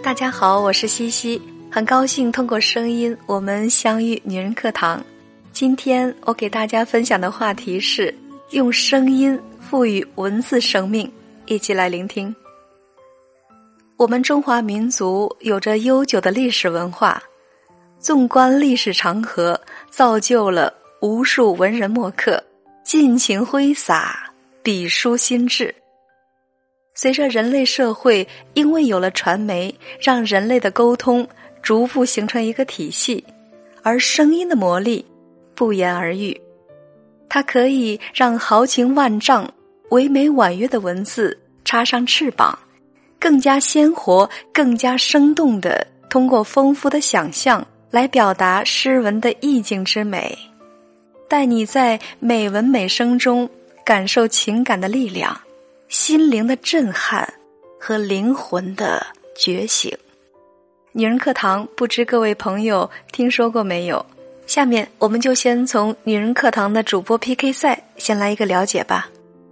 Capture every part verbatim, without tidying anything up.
大家好，我是西西，很高兴通过声音我们相遇女人课堂。今天我给大家分享的话题是用声音赋予文字生命，一起来聆听。我们中华民族有着悠久的历史文化，纵观历史长河，造就了无数文人墨客，尽情挥洒，笔书心智。随着人类社会因为有了传媒，让人类的沟通逐步形成一个体系，而声音的魔力不言而喻。它可以让豪情万丈、唯美婉约的文字插上翅膀，更加鲜活、更加生动地通过丰富的想象来表达诗文的意境之美，带你在美文美声中感受情感的力量，心灵的震撼和灵魂的觉醒。女人课堂不知各位朋友听说过没有？下面我们就先从女人课堂的主播 P K 赛先来一个了解吧。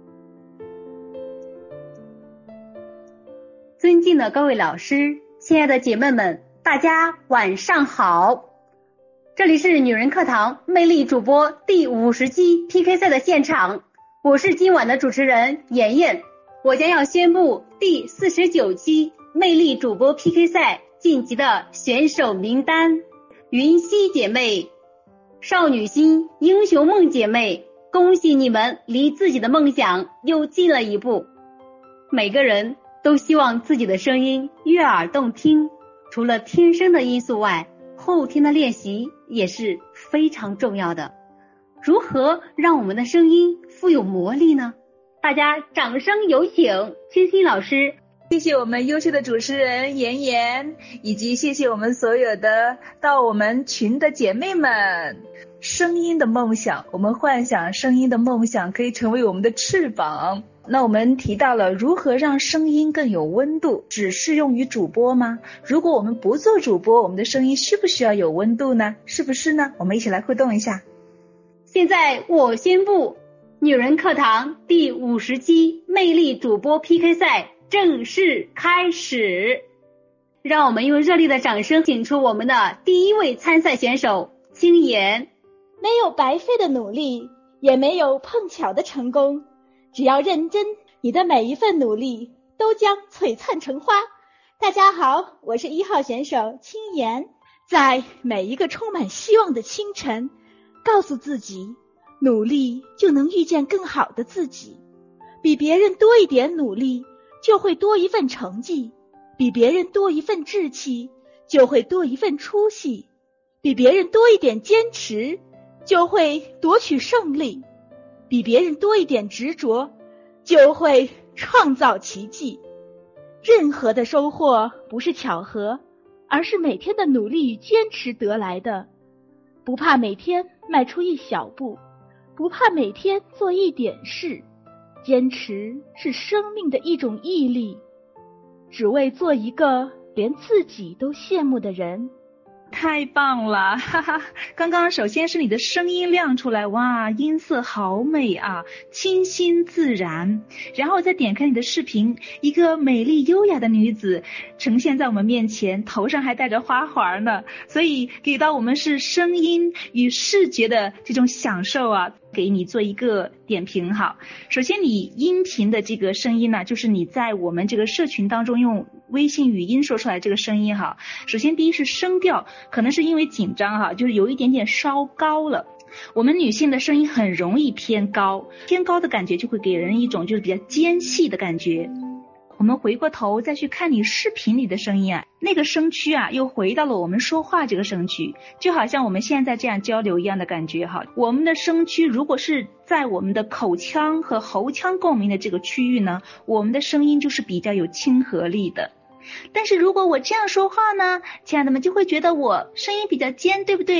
尊敬的各位老师，亲爱的姐妹们，大家晚上好。这里是女人课堂魅力主播第五十期 P K 赛的现场，我是今晚的主持人妍妍。我将要宣布第四十九期魅力主播 P K 赛晋级的选手名单。云溪姐妹、少女心、英雄梦姐妹，恭喜你们离自己的梦想又近了一步。每个人都希望自己的声音悦耳动听，除了天生的因素外，后天的练习也是非常重要的。如何让我们的声音富有魔力呢？大家掌声有请清新老师。 谢谢我们优秀的主持人妍妍，以及谢谢我们所有的到我们群的姐妹们。声音的梦想，我们幻想声音的梦想可以成为我们的翅膀。那我们提到了如何让声音更有温度，只适用于主播吗？如果我们不做主播，我们的声音需不需要有温度呢？是不是呢？我们一起来互动一下。 现在我宣布女人课堂第五十期魅力主播 P K 赛正式开始，让我们用热烈的掌声请出我们的第一位参赛选手青妍。 没有白费的努力，也没有碰巧的成功，只要认真，你的每一份努力都将璀璨成花。大家好，我是一号选手青妍。在每一个充满希望的清晨，告诉自己，努力就能遇见更好的自己。比别人多一点努力，就会多一份成绩；比别人多一份志气，就会多一份出息；比别人多一点坚持，就会夺取胜利；比别人多一点执着，就会创造奇迹。任何的收获不是巧合，而是每天的努力与坚持得来的。不怕每天迈出一小步，不怕每天做一点事，坚持是生命的一种毅力，只为做一个连自己都羡慕的人。 太棒了，哈哈！刚刚首先是你的声音亮出来，哇，音色好美啊，清新自然。然后再点开你的视频，一个美丽优雅的女子呈现在我们面前，头上还戴着花环呢，所以给到我们是声音与视觉的这种享受啊。给你做一个点评好。首先你音频的这个声音呢，就是你在我们这个社群当中用微信语音说出来这个声音哈。首先第一是声调，可能是因为紧张哈，就是有一点点稍高了。我们女性的声音很容易偏高，偏高的感觉就会给人一种就是比较尖细的感觉。我们回过头再去看你视频里的声音啊，那个声区啊又回到了我们说话这个声区，就好像我们现在这样交流一样的感觉哈。我们的声区如果是在我们的口腔和喉腔共鸣的这个区域呢，我们的声音就是比较有亲和力的。但是如果我这样说话呢，亲爱的们就会觉得我声音比较尖，对不对？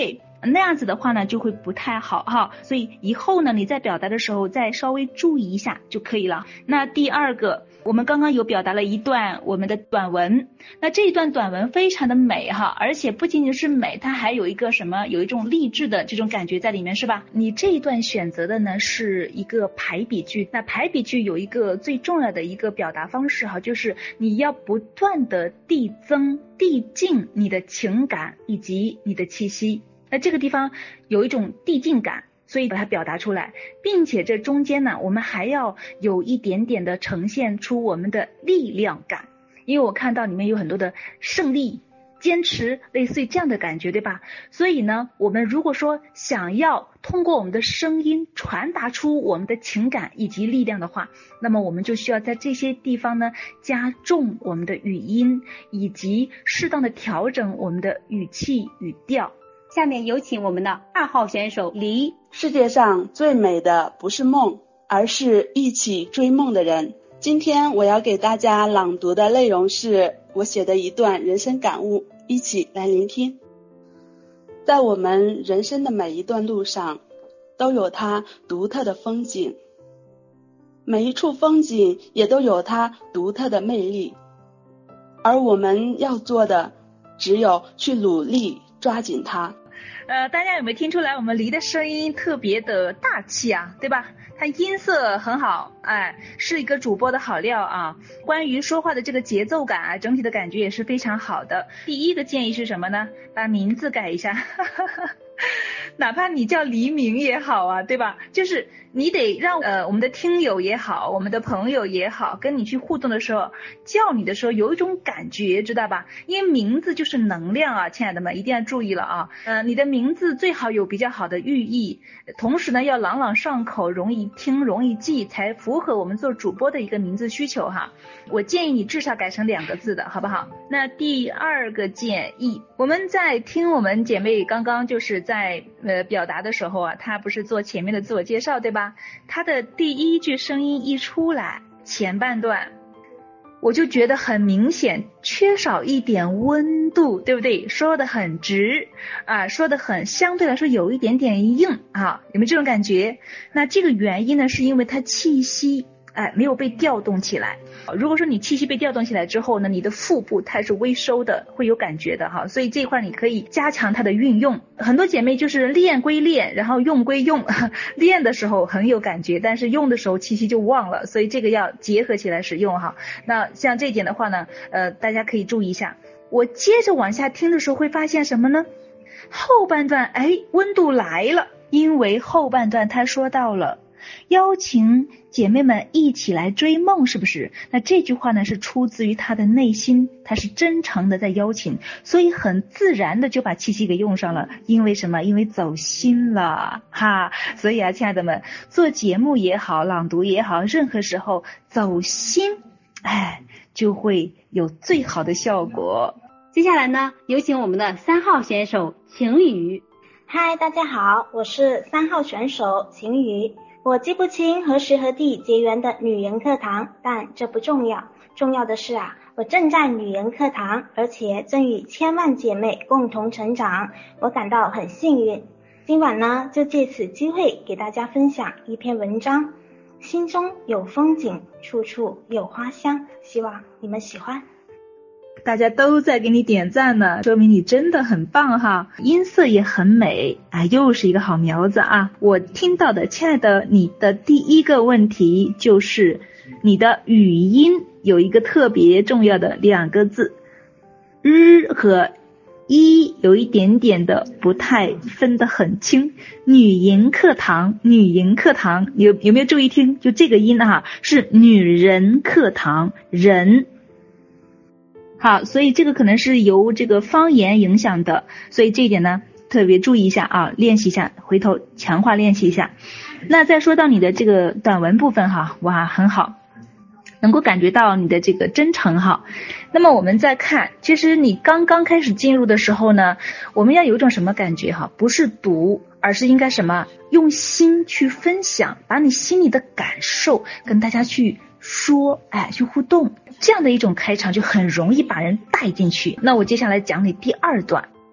那样子的话呢就会不太好哈。所以以后呢你在表达的时候再稍微注意一下就可以了。那第二个，我们刚刚有表达了一段我们的短文，那这一段短文非常的美哈，而且不仅仅是美，它还有一个什么，有一种励志的这种感觉在里面，是吧？你这一段选择的呢是一个排比句，那排比句有一个最重要的一个表达方式哈，就是你要不断的递增递进你的情感以及你的气息，那这个地方有一种递进感，所以把它表达出来，并且这中间呢我们还要有一点点的呈现出我们的力量感，因为我看到里面有很多的胜利坚持，类似于这样的感觉，对吧？所以呢我们如果说想要通过我们的声音传达出我们的情感以及力量的话，那么我们就需要在这些地方呢加重我们的语音，以及适当的调整我们的语气语调。 下面有请我们的二号选手黎。 世界上最美的不是梦，而是一起追梦的人。今天我要给大家朗读的内容是我写的一段人生感悟，一起来聆听。在我们人生的每一段路上，都有它独特的风景，每一处风景也都有它独特的魅力，而我们要做的只有去努力抓紧它。 呃，大家有没有听出来我们黎的声音特别的大气啊，对吧？它音色很好，哎，是一个主播的好料啊。关于说话的这个节奏感啊，整体的感觉也是非常好的。第一个建议是什么呢？把名字改一下哪怕你叫黎明也好啊，对吧？就是你得让呃我们的听友也好，我们的朋友也好，跟你去互动的时候，叫你的时候有一种感觉，知道吧？因为名字就是能量啊，亲爱的们一定要注意了啊。呃，你的名字最好有比较好的寓意，同时呢要朗朗上口，容易听容易记，才符合我们做主播的一个名字需求哈。我建议你至少改成两个字的，好不好？那第二个建议，我们在听我们姐妹刚刚就是在呃表达的时候啊，她不是做前面的自我介绍，对吧？她的第一句声音一出来，前半段我就觉得很明显缺少一点温度，对不对？说的很直啊，说的很相对来说有一点点硬啊，有没有这种感觉？那这个原因呢，是因为它气息哎，没有被调动起来。如果说你气息被调动起来之后呢，你的腹部它是微收的，会有感觉的哈。所以这一块你可以加强它的运用。很多姐妹就是练归练，然后用归用，练的时候很有感觉，但是用的时候气息就忘了，所以这个要结合起来使用哈。那像这一点的话呢，呃，大家可以注意一下。我接着往下听的时候会发现什么呢？后半段哎，温度来了，因为后半段他说到了邀请姐妹们一起来追梦，是不是？那这句话呢是出自于她的内心，她是真诚的在邀请，所以很自然的就把气息给用上了。因为什么？因为走心了哈。所以啊，亲爱的们，做节目也好，朗读也好，任何时候走心，哎，就会有最好的效果。 接下来呢，有请我们的三号选手晴雨。 嗨，大家好，我是三号选手晴雨。我记不清何时何地结缘的女人课堂，但这不重要，重要的是啊，我正在女人课堂，而且正与千万姐妹共同成长，我感到很幸运。今晚呢，就借此机会给大家分享一篇文章，心中有风景，处处有花香，希望你们喜欢。 大家都在给你点赞呢，说明你真的很棒哈，音色也很美，哎，又是一个好苗子啊！我听到的，亲爱的，你的第一个问题就是你的语音有一个特别重要的两个字，日和一有一点点的不太分得很清。女营课堂，女营课堂，有有没有注意听？就这个音啊，是女人课堂，人。好，所以这个可能是由这个方言影响的，所以这一点呢特别注意一下啊，练习一下，回头强化练习一下。那再说到你的这个短文部分哈，哇，很好，能够感觉到你的这个真诚哈。那么我们再看，其实你刚刚开始进入的时候呢，我们要有一种什么感觉哈？不是读，而是应该什么？用心去分享，把你心里的感受跟大家去说，哎，去互动，这样的一种开场就很容易把人带进去。那我接下来讲你第二段，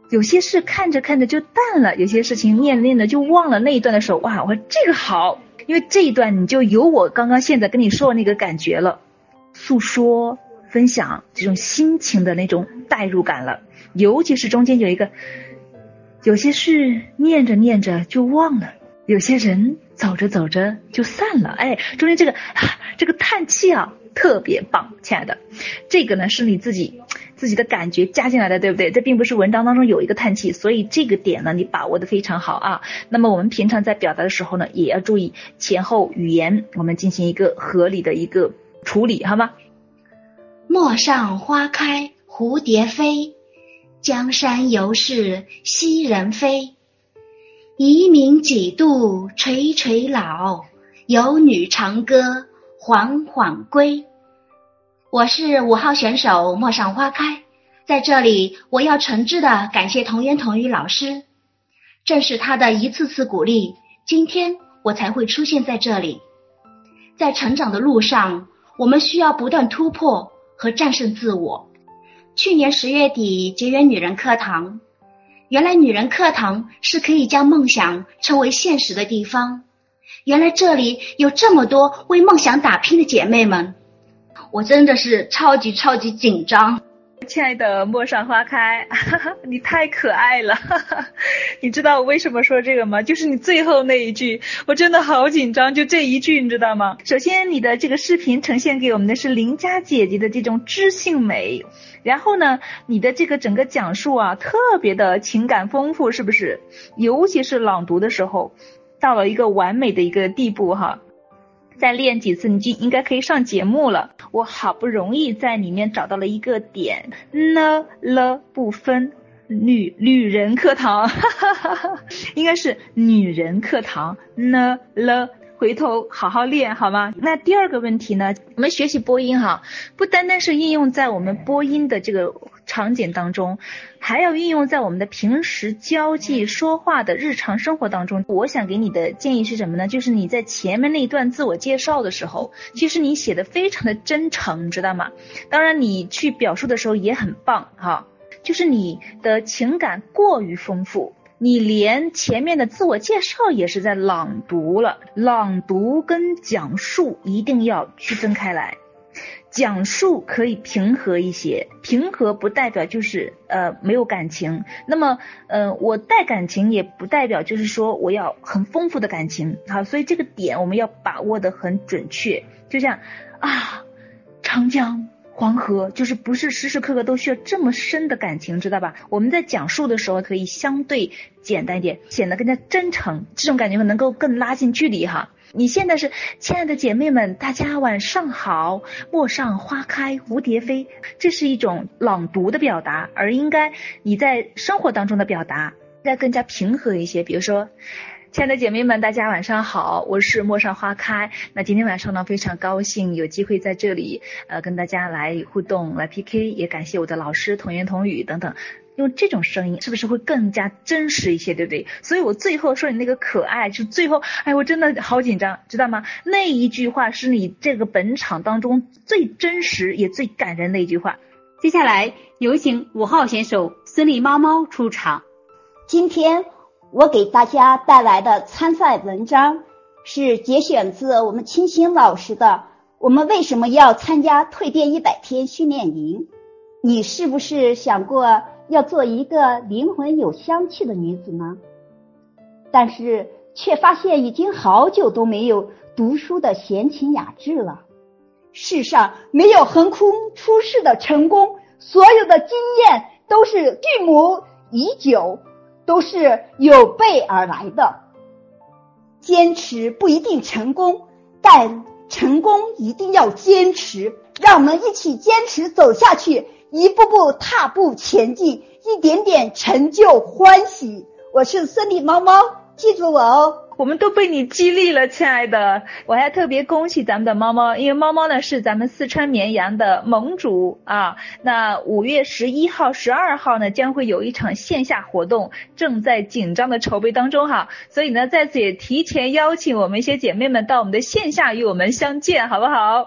有些事看着看着就淡了，有些事情念着念着就忘了。那一段的时候，哇，我说这个好，因为这一段你就有我刚刚现在跟你说的那个感觉了，诉说分享这种心情的那种代入感了。尤其是中间有一个，有些事念着念着就忘了，有些人走着走着就散了。哎，中间这个这个叹气啊特别棒，亲爱的，这个呢是你自己自己的感觉加进来的，对不对？这并不是文章当中有一个叹气，所以这个点呢你把握的非常好啊。那么我们平常在表达的时候呢，也要注意前后语言，我们进行一个合理的一个处理，好吗？ 陌上花开蝴蝶飞，江山犹是昔人非。遗民几度垂垂老，有女长歌缓缓归。我是五号选手陌上花开，在这里我要诚挚的感谢童言童语老师，正是他的一次次鼓励，今天我才会出现在这里。在成长的路上，我们需要不断突破和战胜自我。去年十月底结缘女人课堂，原来女人课堂是可以将梦想成为现实的地方，原来这里有这么多为梦想打拼的姐妹们，我真的是超级超级紧张。 亲爱的陌上花开，哈哈，你太可爱了，哈哈，你知道我为什么说这个吗？就是你最后那一句，我真的好紧张，就这一句，你知道吗？首先你的这个视频呈现给我们的是邻家姐姐的这种知性美，然后呢你的这个整个讲述啊特别的情感丰富，是不是？尤其是朗读的时候到了一个完美的一个地步哈。再练几次你就应该可以上节目了。我好不容易在里面找到了一个点，呢了不分，女女人课堂，哈哈哈哈，应该是女人课堂，呢了，回头好好练好吗？那第二个问题呢，我们学习播音哈，不单单是应用在我们播音的这个场景当中，还要运用在我们的平时交际说话的日常生活当中。我想给你的建议是什么呢？就是你在前面那一段自我介绍的时候，其实你写的非常的真诚，知道吗？当然你去表述的时候也很棒哈，就是你的情感过于丰富，你连前面的自我介绍也是在朗读了。朗读跟讲述一定要区分开来，讲述可以平和一些，平和不代表就是呃没有感情，那么呃我带感情也不代表就是说我要很丰富的感情，好，所以这个点我们要把握的很准确。就像啊长江黄河，就是不是时时刻刻都需要这么深的感情，知道吧？我们在讲述的时候可以相对简单一点，显得更加真诚，这种感觉能够更拉近距离哈。你现在是亲爱的姐妹们，大家晚上好，陌上花开蝴蝶飞，这是一种朗读的表达，而应该你在生活当中的表达应该更加平和一些。比如说亲爱的姐妹们，大家晚上好，我是陌上花开。那今天晚上呢，非常高兴有机会在这里呃跟大家来互动来 P K， 也感谢我的老师童言童语等等，用这种声音是不是会更加真实一些，对不对？所以我最后说你那个可爱，就最后哎我真的好紧张，知道吗？那一句话是你这个本场当中最真实也最感人的一句话。 接下来有请五号选手孙俪猫猫出场。 今天我给大家带来的参赛文章是节选自我们清新老师的我们为什么要参加蜕变一百天训练营。你是不是想过要做一个灵魂有香气的女子呢？但是却发现已经好久都没有读书的闲情雅致了。世上没有横空出世的成功，所有的经验都是蓄谋已久，都是有备而来的。坚持不一定成功，但成功一定要坚持。让我们一起坚持走下去，一步步踏步前进，一点点成就欢喜。我是孙俪猫猫，记住我哦。 我们都被你激励了，亲爱的。我还特别恭喜咱们的猫猫，因为猫猫呢是咱们四川绵阳的盟主啊。那五月十一号、十二号呢将会有一场线下活动，正在紧张的筹备当中哈。所以呢，在此也提前邀请我们一些姐妹们到我们的线下与我们相见，好不好？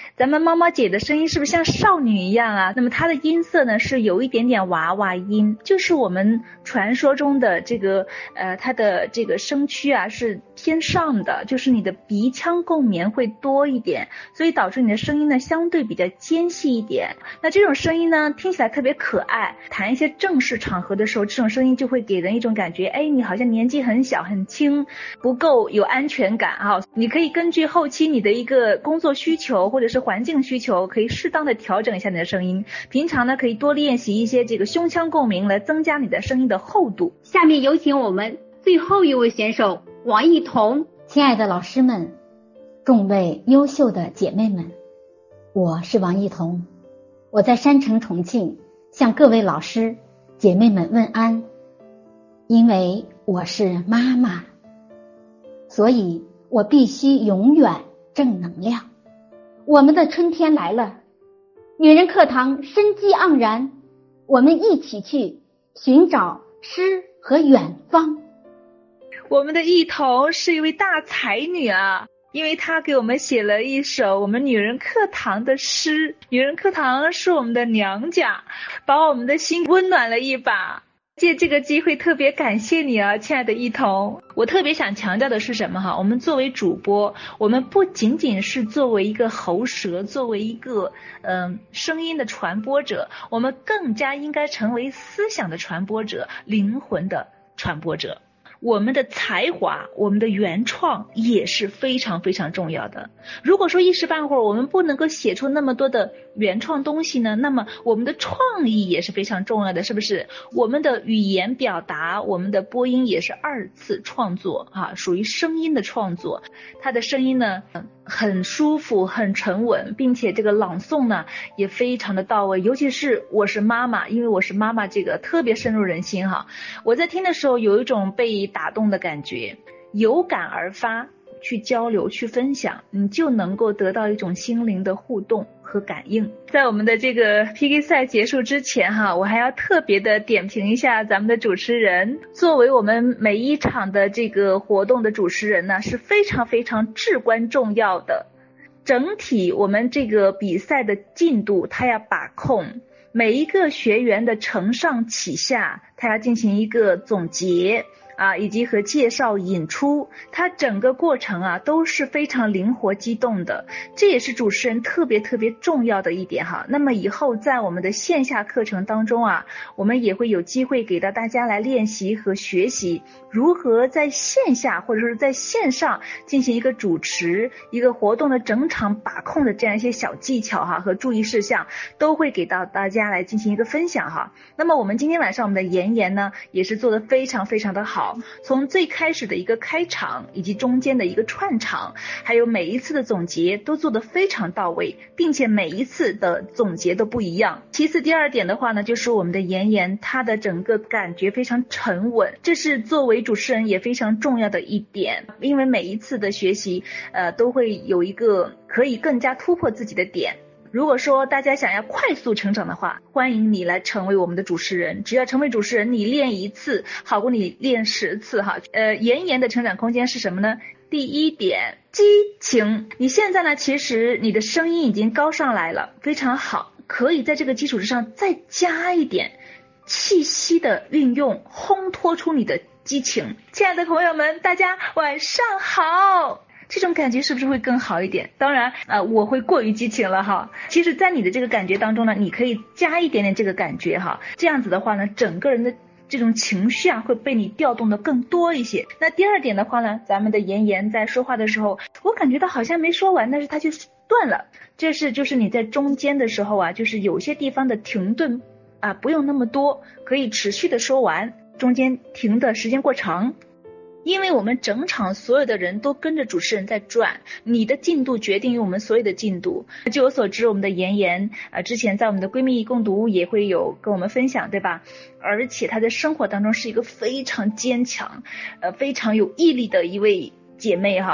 咱们猫猫姐的声音是不是像少女一样啊？那么她的音色呢是有一点点娃娃音，就是我们传说中的这个呃她的这个声区啊是偏上的，就是你的鼻腔共鸣会多一点，所以导致你的声音呢相对比较尖细一点。那这种声音呢听起来特别可爱，谈一些正式场合的时候，这种声音就会给人一种感觉，哎，你好像年纪很小很轻，不够有安全感啊。你可以根据后期你的一个工作需求或者是环境需求，可以适当的调整一下你的声音。平常呢可以多练习一些这个胸腔共鸣，来增加你的声音的厚度。 下面有请我们最后一位选手王艺彤。 亲爱的老师们，众位优秀的姐妹们，我是王艺彤，我在山城重庆向各位老师姐妹们问安。因为我是妈妈，所以我必须永远正能量。我们的春天来了，女人课堂生机盎然，我们一起去寻找诗和远方。 我们的艺彤是一位大才女啊，因为她给我们写了一首我们女人课堂的诗。女人课堂是我们的娘家，把我们的心温暖了一把。借这个机会特别感谢你啊，亲爱的艺彤。我特别想强调的是什么哈？我们作为主播，我们不仅仅是作为一个喉舌，作为一个嗯、呃、声音的传播者，我们更加应该成为思想的传播者，灵魂的传播者。我们的才华，我们的原创也是非常非常重要的。如果说一时半会儿我们不能够写出那么多的原创东西呢，那么我们的创意也是非常重要的，是不是？我们的语言表达，我们的播音也是二次创作啊，属于声音的创作。它的声音呢很舒服，很沉稳，并且这个朗诵呢也非常的到位，尤其是我是妈妈，因为我是妈妈，这个特别深入人心哈。我在听的时候有一种被打动的感觉，有感而发，去交流去分享，你就能够得到一种心灵的互动和感应。在我们的这个 P K 赛结束之前哈，我还要特别的点评一下咱们的主持人。作为我们每一场的这个活动的主持人呢，是非常非常至关重要的。整体我们这个比赛的进度他要把控，每一个学员的承上启下他要进行一个总结啊，以及和介绍引出，它整个过程啊都是非常灵活机动的，这也是主持人特别特别重要的一点哈。那么以后在我们的线下课程当中啊，我们也会有机会给到大家来练习和学习如何在线下或者是在线上进行一个主持，一个活动的整场把控的这样一些小技巧哈和注意事项，都会给到大家来进行一个分享哈。那么我们今天晚上我们的妍妍呢也是做得非常非常的好。从最开始的一个开场，以及中间的一个串场，还有每一次的总结都做得非常到位，并且每一次的总结都不一样。其次第二点的话呢，就是我们的妍妍她的整个感觉非常沉稳，这是作为主持人也非常重要的一点，因为每一次的学习呃都会有一个可以更加突破自己的点。如果说大家想要快速成长的话，欢迎你来成为我们的主持人。只要成为主持人，你练一次好过你练十次哈。呃，妍妍的成长空间是什么呢？第一点，激情。你现在呢，其实你的声音已经高上来了，非常好，可以在这个基础之上再加一点气息的运用，烘托出你的激情。亲爱的朋友们，大家晚上好。这种感觉是不是会更好一点？当然呃，我会过于激情了哈。其实在你的这个感觉当中呢，你可以加一点点这个感觉哈，这样子的话呢，整个人的这种情绪啊会被你调动的更多一些。那第二点的话呢，咱们的妍妍在说话的时候，我感觉到好像没说完，但是他就断了，这是就是你在中间的时候啊，就是有些地方的停顿啊不用那么多，可以持续的说完，中间停的时间过长。因为我们整场所有的人都跟着主持人在转，你的进度决定于我们所有的进度。据我所知，我们的妍妍啊，之前在我们的闺蜜共读也会有跟我们分享，对吧？而且她在生活当中是一个非常坚强呃非常有毅力的一位姐妹哈。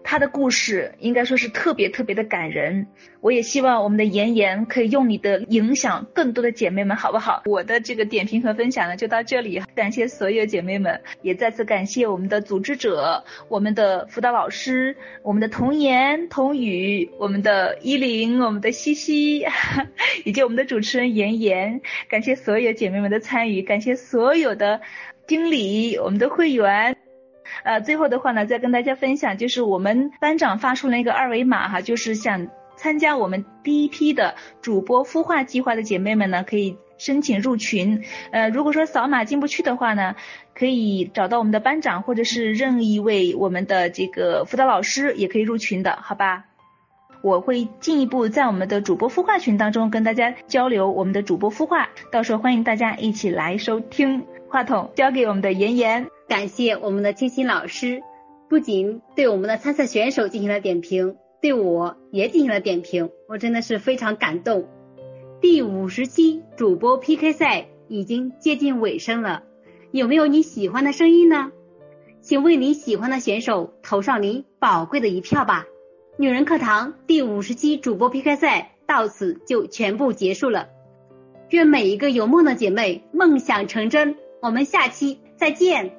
她的故事应该说是特别特别的感人。我也希望我们的妍妍可以用你的影响更多的姐妹们，好不好？我的这个点评和分享呢就到这里，感谢所有姐妹们，也再次感谢我们的组织者，我们的辅导老师，我们的童言童语，我们的依林，我们的西西，以及我们的主持人妍妍。感谢所有姐妹们的参与，感谢所有的经理，我们的会员。呃，最后的话呢，再跟大家分享，就是我们班长发出了一个二维码哈，就是想参加我们第一批的主播孵化计划的姐妹们呢，可以申请入群。呃，如果说扫码进不去的话呢，可以找到我们的班长，或者是任意一位我们的这个辅导老师也可以入群的，好吧？我会进一步在我们的主播孵化群当中跟大家交流我们的主播孵化，到时候欢迎大家一起来收听。话筒交给我们的妍妍。 感谢我们的清新老师，不仅对我们的参赛选手进行了点评，对我也进行了点评，我真的是非常感动。第五十期主播 P K 赛已经接近尾声了，有没有你喜欢的声音呢？请为你喜欢的选手投上你宝贵的一票吧。女人课堂第五十期主播 P K 赛到此就全部结束了，愿每一个有梦的姐妹梦想成真，我们下期再见。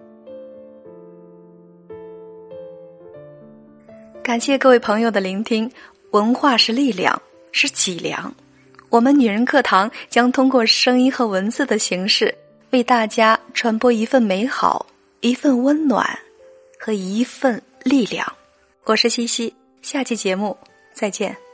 感谢各位朋友的聆听。文化是力量，是脊梁。我们女人课堂将通过声音和文字的形式，为大家传播一份美好，一份温暖和一份力量。我是西西，下期节目再见。